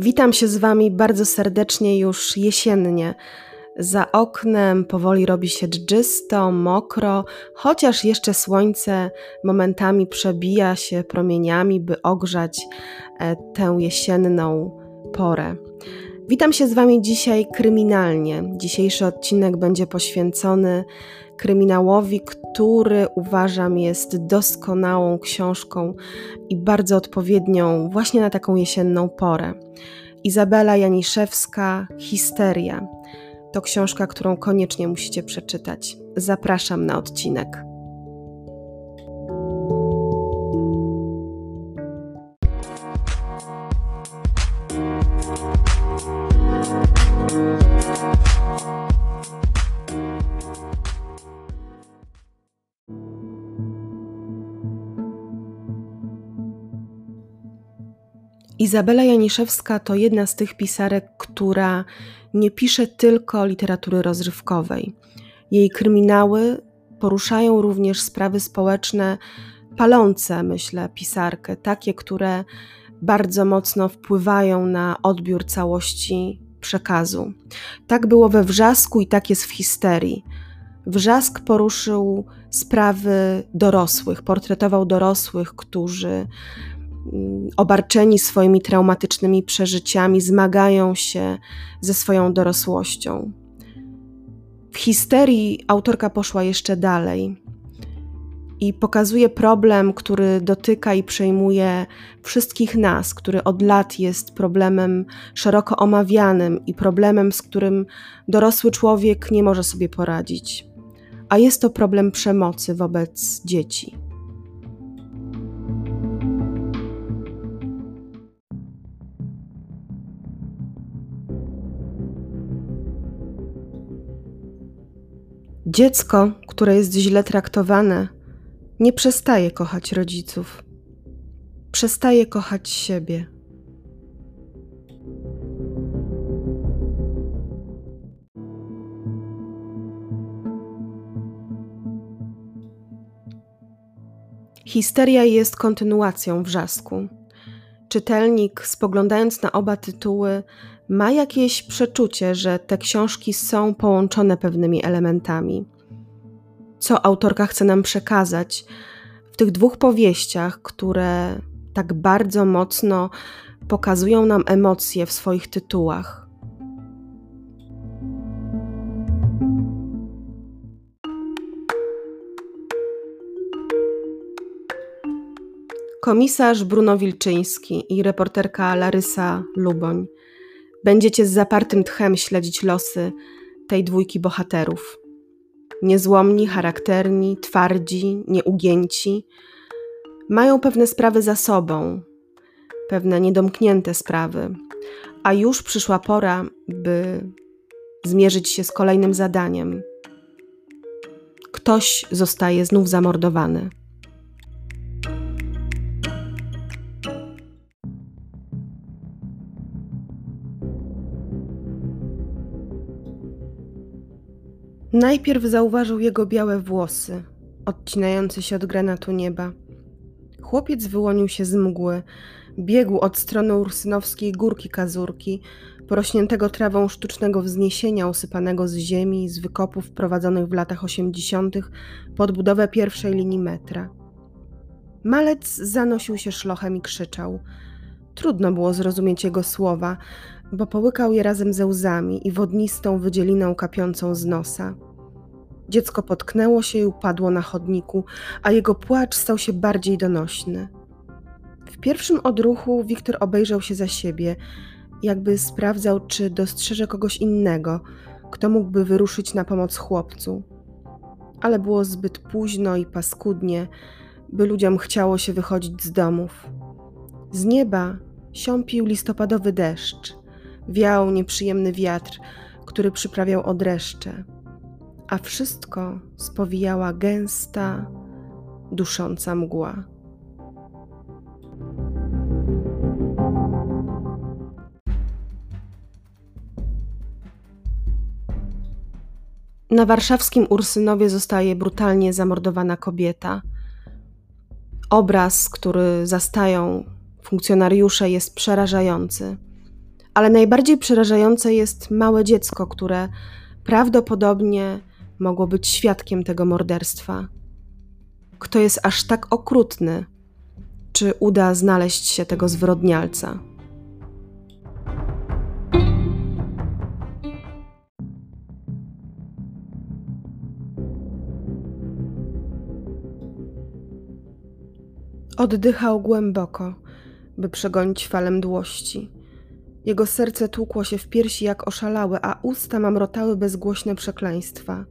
Witam się z Wami bardzo serdecznie już jesiennie. Za oknem powoli robi się dżdżysto, mokro, chociaż jeszcze słońce momentami przebija się promieniami, by ogrzać tę jesienną porę. Witam się z Wami dzisiaj kryminalnie. Dzisiejszy odcinek będzie poświęcony kryminałowi, który uważam jest doskonałą książką i bardzo odpowiednią właśnie na taką jesienną porę. Izabela Janiszewska, Histeria. To książka, którą koniecznie musicie przeczytać. Zapraszam na odcinek. Izabela Janiszewska to jedna z tych pisarek, która nie pisze tylko literatury rozrywkowej. Jej kryminały poruszają również sprawy społeczne palące, myślę, pisarkę, takie, które bardzo mocno wpływają na odbiór całości przekazu. Tak było we Wrzasku i tak jest w Histerii. Wrzask poruszył sprawy dorosłych, portretował dorosłych, którzy obarczeni swoimi traumatycznymi przeżyciami zmagają się ze swoją dorosłością. W Histerii autorka poszła jeszcze dalej i pokazuje problem, który dotyka i przejmuje wszystkich nas, który od lat jest problemem szeroko omawianym i problemem, z którym dorosły człowiek nie może sobie poradzić. A jest to problem przemocy wobec dzieci. Dziecko, które jest źle traktowane, nie przestaje kochać rodziców. Przestaje kochać siebie. Histeria jest kontynuacją Wrzasku. Czytelnik, spoglądając na oba tytuły, ma jakieś przeczucie, że te książki są połączone pewnymi elementami. Co autorka chce nam przekazać w tych dwóch powieściach, które tak bardzo mocno pokazują nam emocje w swoich tytułach? Komisarz Bruno Wilczyński i reporterka Larysa Luboń. Będziecie z zapartym tchem śledzić losy tej dwójki bohaterów. Niezłomni, charakterni, twardzi, nieugięci. Mają pewne sprawy za sobą, pewne niedomknięte sprawy, a już przyszła pora, by zmierzyć się z kolejnym zadaniem. Ktoś zostaje znów zamordowany. Najpierw zauważył jego białe włosy, odcinające się od granatu nieba. Chłopiec wyłonił się z mgły, biegł od strony ursynowskiej górki Kazurki, porośniętego trawą sztucznego wzniesienia usypanego z ziemi, z wykopów prowadzonych w latach 80. pod budowę pierwszej linii metra. Malec zanosił się szlochem i krzyczał. Trudno było zrozumieć jego słowa, bo połykał je razem ze łzami i wodnistą wydzieliną kapiącą z nosa. Dziecko potknęło się i upadło na chodniku, a jego płacz stał się bardziej donośny. W pierwszym odruchu Wiktor obejrzał się za siebie, jakby sprawdzał, czy dostrzeże kogoś innego, kto mógłby wyruszyć na pomoc chłopcu. Ale było zbyt późno i paskudnie, by ludziom chciało się wychodzić z domów. Z nieba siąpił listopadowy deszcz. Wiał nieprzyjemny wiatr, który przyprawiał o dreszcze, a wszystko spowijała gęsta, dusząca mgła. Na warszawskim Ursynowie zostaje brutalnie zamordowana kobieta. Obraz, który zastają funkcjonariusze, jest przerażający. Ale najbardziej przerażające jest małe dziecko, które prawdopodobnie mogło być świadkiem tego morderstwa. Kto jest aż tak okrutny? Czy uda znaleźć się tego zwyrodnialca? Oddychał głęboko, by przegonić falę mdłości. Jego serce tłukło się w piersi jak oszalałe, a usta mamrotały bezgłośne przekleństwa.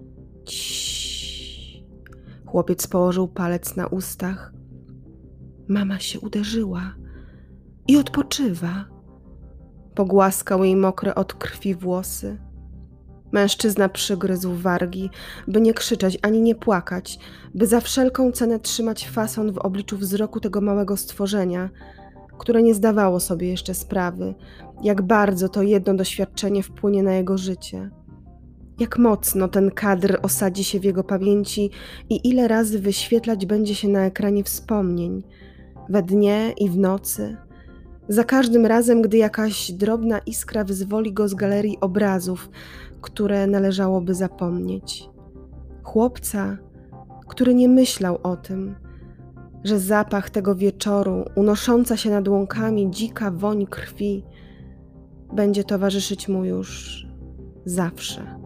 Ciii. Chłopiec położył palec na ustach. Mama się uderzyła i odpoczywa. Pogłaskał jej mokre od krwi włosy. Mężczyzna przygryzł wargi, by nie krzyczeć ani nie płakać, by za wszelką cenę trzymać fason w obliczu wzroku tego małego stworzenia, które nie zdawało sobie jeszcze sprawy, jak bardzo to jedno doświadczenie wpłynie na jego życie. Jak mocno ten kadr osadzi się w jego pamięci i ile razy wyświetlać będzie się na ekranie wspomnień, we dnie i w nocy, za każdym razem, gdy jakaś drobna iskra wyzwoli go z galerii obrazów, które należałoby zapomnieć. Chłopca, który nie myślał o tym, że zapach tego wieczoru, unosząca się nad łąkami dzika woń krwi, będzie towarzyszyć mu już zawsze.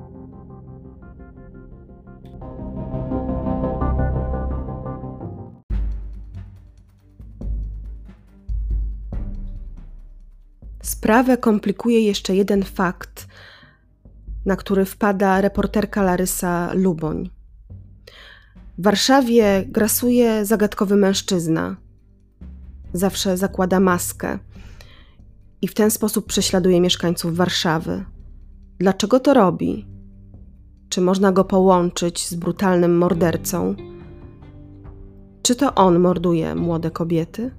Sprawę komplikuje jeszcze jeden fakt, na który wpada reporterka Larysa Luboń. W Warszawie grasuje zagadkowy mężczyzna. Zawsze zakłada maskę i w ten sposób prześladuje mieszkańców Warszawy. Dlaczego to robi? Czy można go połączyć z brutalnym mordercą? Czy to on morduje młode kobiety?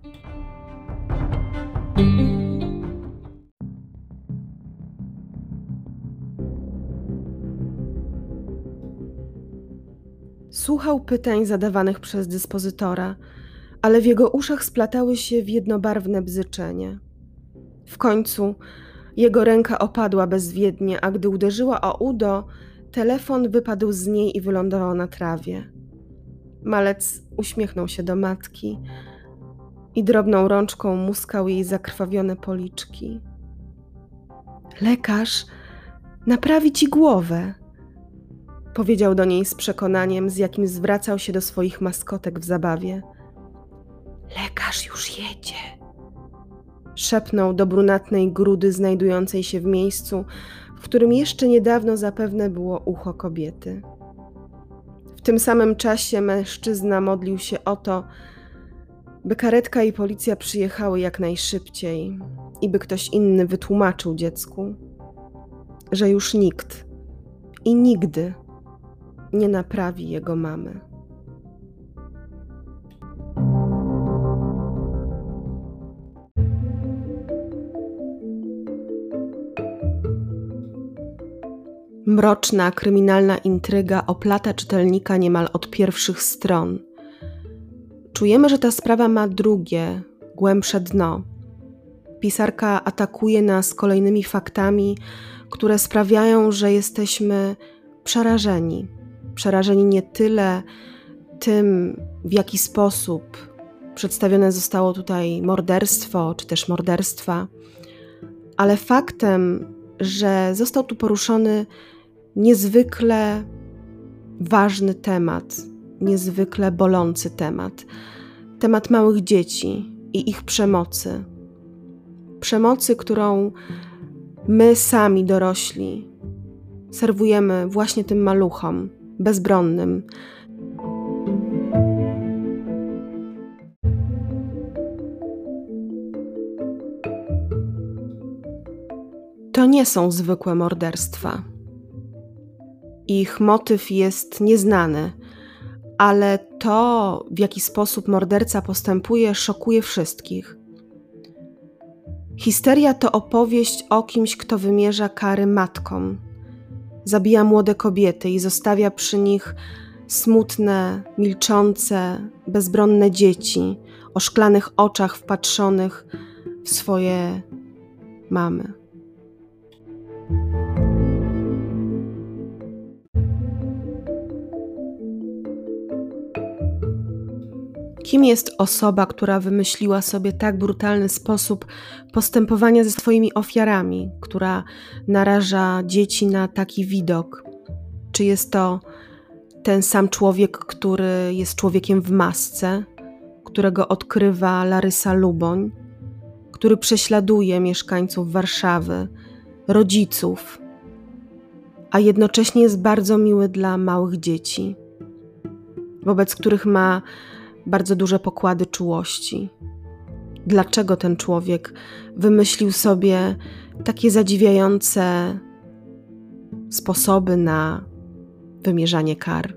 Słuchał pytań zadawanych przez dyspozytora, ale w jego uszach splatały się w jednobarwne bzyczenie. W końcu jego ręka opadła bezwiednie, a gdy uderzyła o udo, telefon wypadł z niej i wylądował na trawie. Malec uśmiechnął się do matki i drobną rączką muskał jej zakrwawione policzki. Lekarz naprawi ci głowę, powiedział do niej z przekonaniem, z jakim zwracał się do swoich maskotek w zabawie. Lekarz już jedzie, szepnął do brunatnej grudy znajdującej się w miejscu, w którym jeszcze niedawno zapewne było ucho kobiety. W tym samym czasie mężczyzna modlił się o to, by karetka i policja przyjechały jak najszybciej i by ktoś inny wytłumaczył dziecku, że już nikt i nigdy nie naprawi jego mamy. Mroczna, kryminalna intryga oplata czytelnika niemal od pierwszych stron. Czujemy, że ta sprawa ma drugie, głębsze dno. Pisarka atakuje nas kolejnymi faktami, które sprawiają, że jesteśmy przerażeni. Przerażeni nie tyle tym, w jaki sposób przedstawione zostało tutaj morderstwo, czy też morderstwa, ale faktem, że został tu poruszony niezwykle ważny temat, niezwykle bolący temat. Temat małych dzieci i ich przemocy. Przemocy, którą my sami dorośli serwujemy właśnie tym maluchom, bezbronnym. To nie są zwykłe morderstwa. Ich motyw jest nieznany, ale to, w jaki sposób morderca postępuje, szokuje wszystkich. Histeria to opowieść o kimś, kto wymierza kary matkom. Zabija młode kobiety i zostawia przy nich smutne, milczące, bezbronne dzieci o szklanych oczach wpatrzonych w swoje mamy. Kim jest osoba, która wymyśliła sobie tak brutalny sposób postępowania ze swoimi ofiarami, która naraża dzieci na taki widok? Czy jest to ten sam człowiek, który jest człowiekiem w masce, którego odkrywa Larysa Luboń, który prześladuje mieszkańców Warszawy, rodziców, a jednocześnie jest bardzo miły dla małych dzieci, wobec których ma bardzo duże pokłady czułości? Dlaczego ten człowiek wymyślił sobie takie zadziwiające sposoby na wymierzanie kar?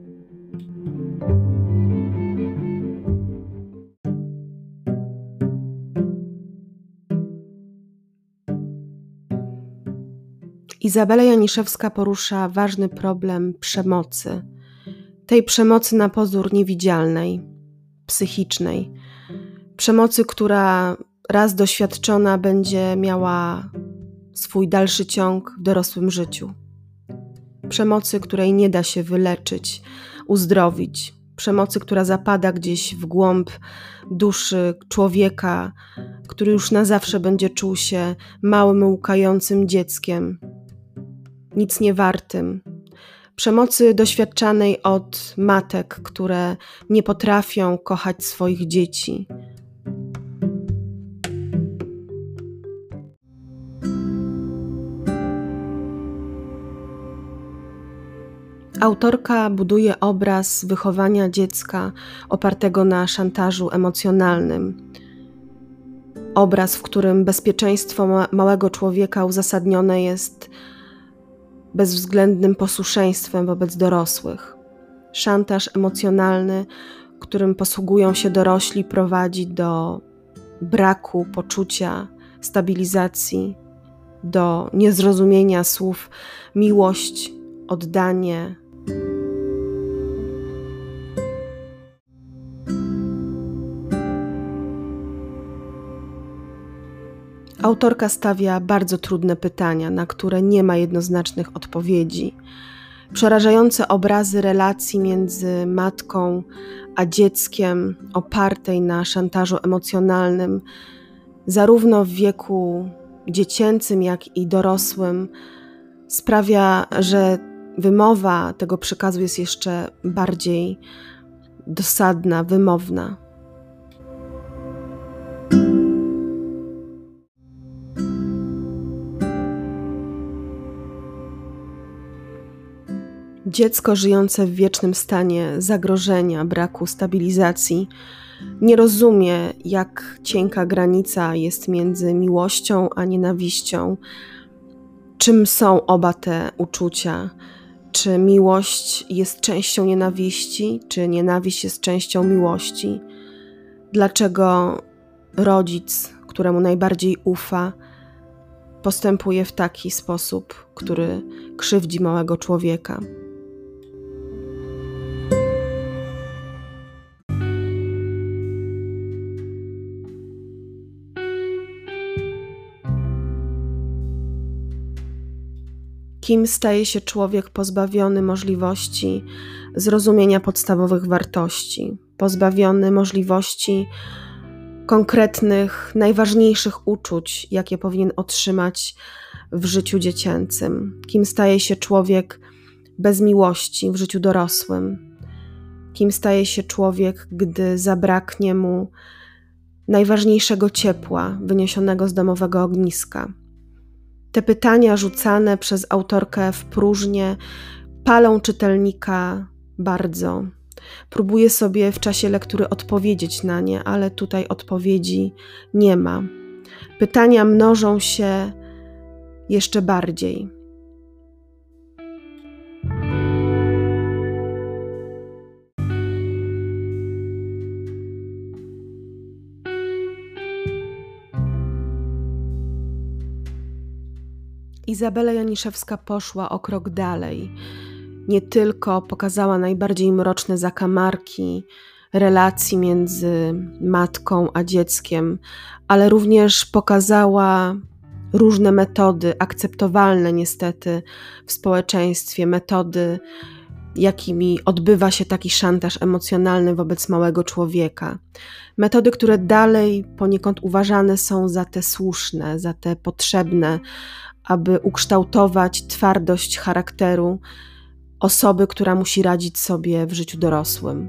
Izabela Janiszewska porusza ważny problem przemocy. Tej przemocy na pozór niewidzialnej, psychicznej. Przemocy, która raz doświadczona będzie miała swój dalszy ciąg w dorosłym życiu. Przemocy, której nie da się wyleczyć, uzdrowić. Przemocy, która zapada gdzieś w głąb duszy człowieka, który już na zawsze będzie czuł się małym, łkającym dzieckiem, nic nie wartym. Przemocy doświadczanej od matek, które nie potrafią kochać swoich dzieci. Autorka buduje obraz wychowania dziecka opartego na szantażu emocjonalnym. Obraz, w którym bezpieczeństwo małego człowieka uzasadnione jest bezwzględnym posłuszeństwem wobec dorosłych. Szantaż emocjonalny, którym posługują się dorośli, prowadzi do braku poczucia stabilizacji, do niezrozumienia słów miłość, oddanie. Autorka stawia bardzo trudne pytania, na które nie ma jednoznacznych odpowiedzi. Przerażające obrazy relacji między matką a dzieckiem opartej na szantażu emocjonalnym, zarówno w wieku dziecięcym, jak i dorosłym, sprawia, że wymowa tego przekazu jest jeszcze bardziej dosadna, wymowna. Dziecko żyjące w wiecznym stanie zagrożenia, braku stabilizacji, nie rozumie, jak cienka granica jest między miłością a nienawiścią. Czym są oba te uczucia? Czy miłość jest częścią nienawiści, czy nienawiść jest częścią miłości? Dlaczego rodzic, któremu najbardziej ufa, postępuje w taki sposób, który krzywdzi małego człowieka? Kim staje się człowiek pozbawiony możliwości zrozumienia podstawowych wartości, pozbawiony możliwości konkretnych, najważniejszych uczuć, jakie powinien otrzymać w życiu dziecięcym? Kim staje się człowiek bez miłości w życiu dorosłym? Kim staje się człowiek, gdy zabraknie mu najważniejszego ciepła wyniesionego z domowego ogniska? Te pytania rzucane przez autorkę w próżnię palą czytelnika bardzo. Próbuję sobie w czasie lektury odpowiedzieć na nie, ale tutaj odpowiedzi nie ma. Pytania mnożą się jeszcze bardziej. Izabela Janiszewska poszła o krok dalej. Nie tylko pokazała najbardziej mroczne zakamarki relacji między matką a dzieckiem, ale również pokazała różne metody, akceptowalne niestety w społeczeństwie, metody, jakimi odbywa się taki szantaż emocjonalny wobec małego człowieka. Metody, które dalej poniekąd uważane są za te słuszne, za te potrzebne, aby ukształtować twardość charakteru osoby, która musi radzić sobie w życiu dorosłym.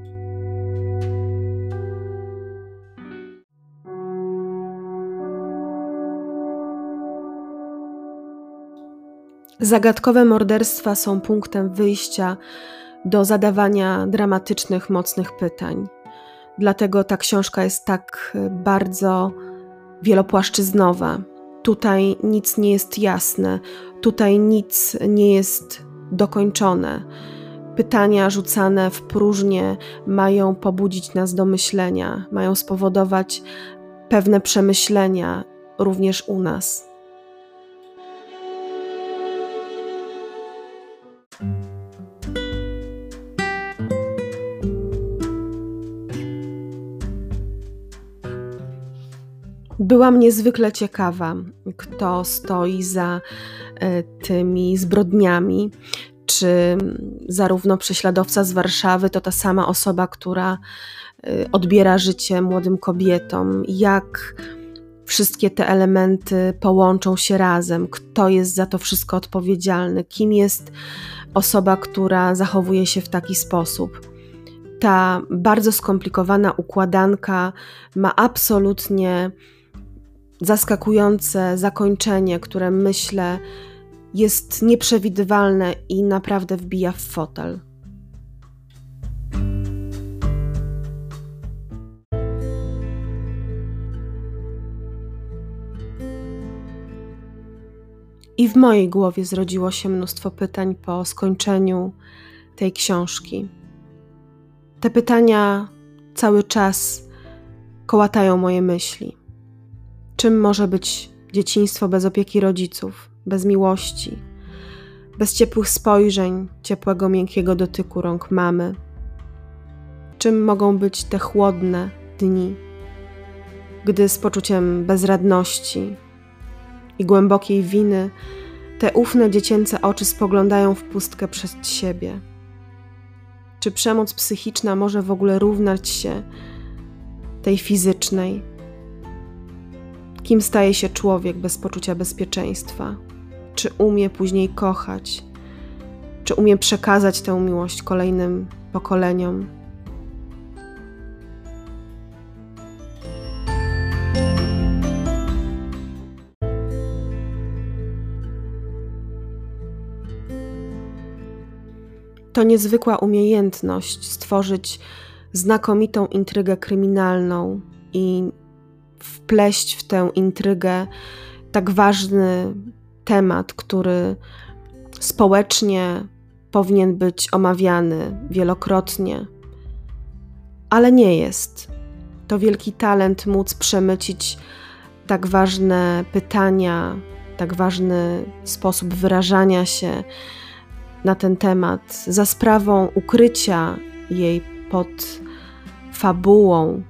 Zagadkowe morderstwa są punktem wyjścia do zadawania dramatycznych, mocnych pytań. Dlatego ta książka jest tak bardzo wielopłaszczyznowa. Tutaj nic nie jest jasne, tutaj nic nie jest dokończone. Pytania rzucane w próżnię mają pobudzić nas do myślenia, mają spowodować pewne przemyślenia również u nas. Byłam niezwykle ciekawa, kto stoi za tymi zbrodniami, czy zarówno prześladowca z Warszawy to ta sama osoba, która odbiera życie młodym kobietom, jak wszystkie te elementy połączą się razem, kto jest za to wszystko odpowiedzialny, kim jest osoba, która zachowuje się w taki sposób. Ta bardzo skomplikowana układanka ma absolutnie zaskakujące zakończenie, które myślę jest nieprzewidywalne i naprawdę wbija w fotel. I w mojej głowie zrodziło się mnóstwo pytań po skończeniu tej książki. Te pytania cały czas kołatają moje myśli. Czym może być dzieciństwo bez opieki rodziców, bez miłości, bez ciepłych spojrzeń, ciepłego, miękkiego dotyku rąk mamy? Czym mogą być te chłodne dni, gdy z poczuciem bezradności i głębokiej winy te ufne dziecięce oczy spoglądają w pustkę przed siebie? Czy przemoc psychiczna może w ogóle równać się tej fizycznej? Kim staje się człowiek bez poczucia bezpieczeństwa? Czy umie później kochać? Czy umie przekazać tę miłość kolejnym pokoleniom? To niezwykła umiejętność stworzyć znakomitą intrygę kryminalną i wpleść w tę intrygę tak ważny temat, który społecznie powinien być omawiany wielokrotnie, ale nie jest. To wielki talent móc przemycić tak ważne pytania, tak ważny sposób wyrażania się na ten temat za sprawą ukrycia jej pod fabułą.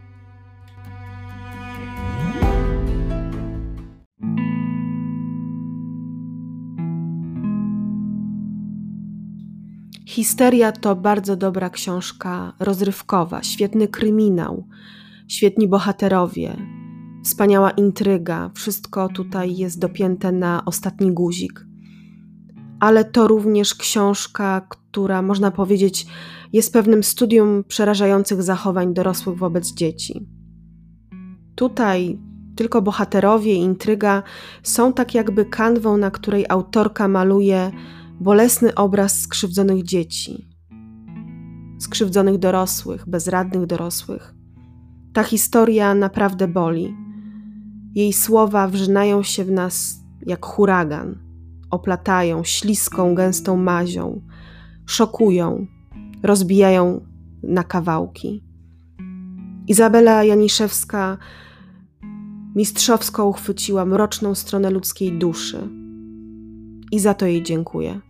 Histeria to bardzo dobra książka rozrywkowa, świetny kryminał, świetni bohaterowie, wspaniała intryga, wszystko tutaj jest dopięte na ostatni guzik. Ale to również książka, która, można powiedzieć, jest pewnym studium przerażających zachowań dorosłych wobec dzieci. Tutaj tylko bohaterowie i intryga są tak jakby kanwą, na której autorka maluje bolesny obraz skrzywdzonych dzieci, skrzywdzonych dorosłych, bezradnych dorosłych. Ta historia naprawdę boli. Jej słowa wrzynają się w nas jak huragan, oplatają śliską, gęstą mazią, szokują, rozbijają na kawałki. Izabela Janiszewska mistrzowsko uchwyciła mroczną stronę ludzkiej duszy i za to jej dziękuję.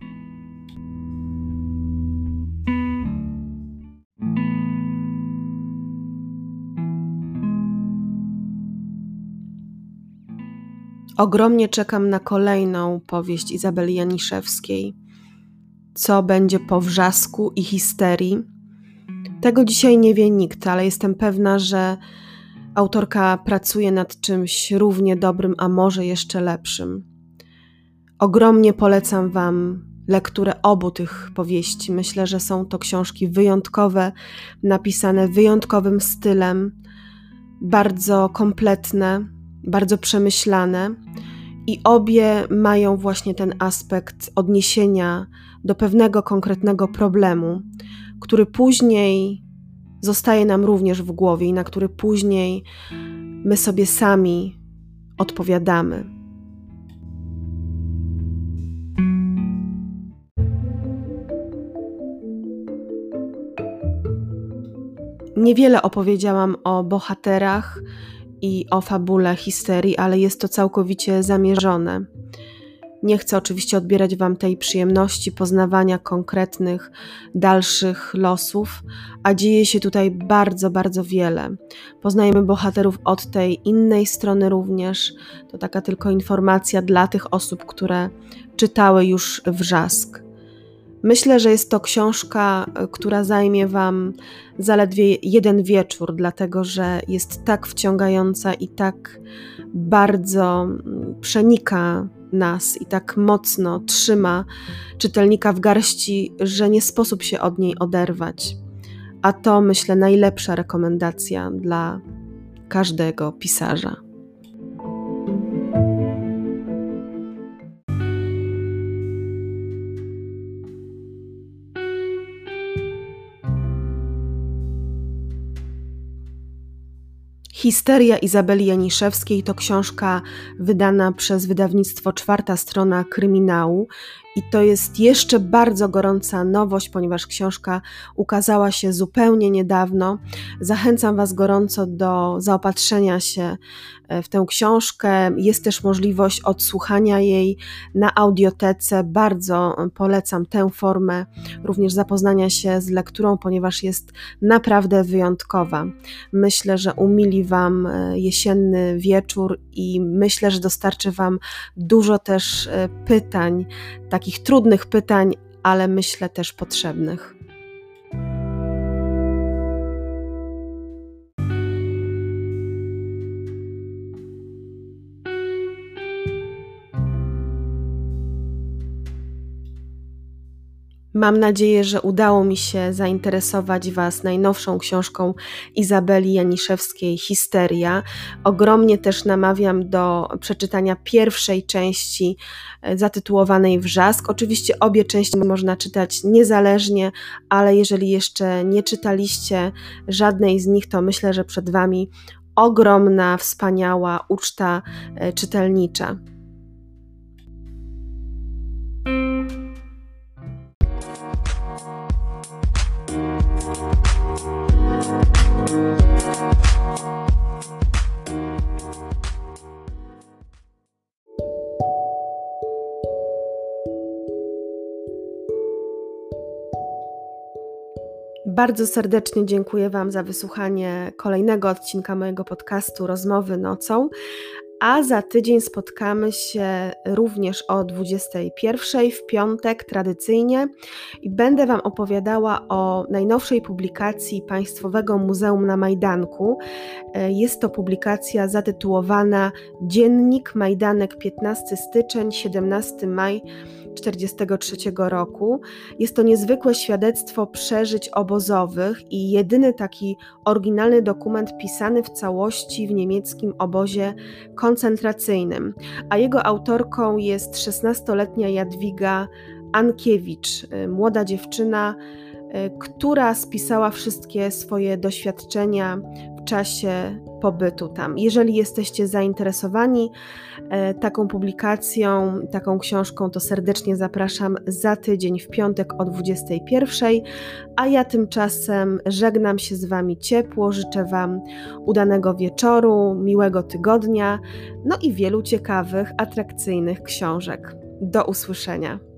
Ogromnie czekam na kolejną powieść Izabeli Janiszewskiej. Co będzie po Wrzasku i Histerii? Tego dzisiaj nie wie nikt, ale jestem pewna, że autorka pracuje nad czymś równie dobrym, a może jeszcze lepszym. Ogromnie polecam Wam lekturę obu tych powieści. Myślę, że są to książki wyjątkowe, napisane wyjątkowym stylem, bardzo kompletne, bardzo przemyślane i obie mają właśnie ten aspekt odniesienia do pewnego konkretnego problemu, który później zostaje nam również w głowie i na który później my sobie sami odpowiadamy. Niewiele opowiedziałam o bohaterach i o fabule Histerii, ale jest to całkowicie zamierzone. Nie chcę oczywiście odbierać Wam tej przyjemności poznawania konkretnych, dalszych losów, a dzieje się tutaj bardzo, bardzo wiele. Poznajemy bohaterów od tej innej strony również. To taka tylko informacja dla tych osób, które czytały już Wrzask. Myślę, że jest to książka, która zajmie Wam zaledwie jeden wieczór, dlatego że jest tak wciągająca i tak bardzo przenika nas i tak mocno trzyma czytelnika w garści, że nie sposób się od niej oderwać. A to, myślę, najlepsza rekomendacja dla każdego pisarza. Histeria Izabeli Janiszewskiej to książka wydana przez wydawnictwo Czwarta Strona Kryminału i to jest jeszcze bardzo gorąca nowość, ponieważ książka ukazała się zupełnie niedawno. Zachęcam Was gorąco do zaopatrzenia się w tę książkę. Jest też możliwość odsłuchania jej na audiotece. Bardzo polecam tę formę, również zapoznania się z lekturą, ponieważ jest naprawdę wyjątkowa. Myślę, że umili Wam jesienny wieczór i myślę, że dostarczy Wam dużo też pytań, takich trudnych pytań, ale myślę też potrzebnych. Mam nadzieję, że udało mi się zainteresować Was najnowszą książką Izabeli Janiszewskiej Histeria. Ogromnie też namawiam do przeczytania pierwszej części zatytułowanej Wrzask. Oczywiście obie części można czytać niezależnie, ale jeżeli jeszcze nie czytaliście żadnej z nich, to myślę, że przed Wami ogromna, wspaniała uczta czytelnicza. Bardzo serdecznie dziękuję Wam za wysłuchanie kolejnego odcinka mojego podcastu Rozmowy nocą, a za tydzień spotkamy się również o 21:00 w piątek tradycyjnie i będę Wam opowiadała o najnowszej publikacji Państwowego Muzeum na Majdanku. Jest to publikacja zatytułowana Dziennik Majdanek 15 styczeń, 17 maj 1943 roku. Jest to niezwykłe świadectwo przeżyć obozowych i jedyny taki oryginalny dokument pisany w całości w niemieckim obozie koncentracyjnym, a jego autorką jest 16-letnia Jadwiga Ankiewicz, młoda dziewczyna, która spisała wszystkie swoje doświadczenia w czasie pobytu tam. Jeżeli jesteście zainteresowani taką publikacją, taką książką, to serdecznie zapraszam za tydzień w piątek o 21:00, a ja tymczasem żegnam się z Wami ciepło, życzę Wam udanego wieczoru, miłego tygodnia, no i wielu ciekawych, atrakcyjnych książek. Do usłyszenia.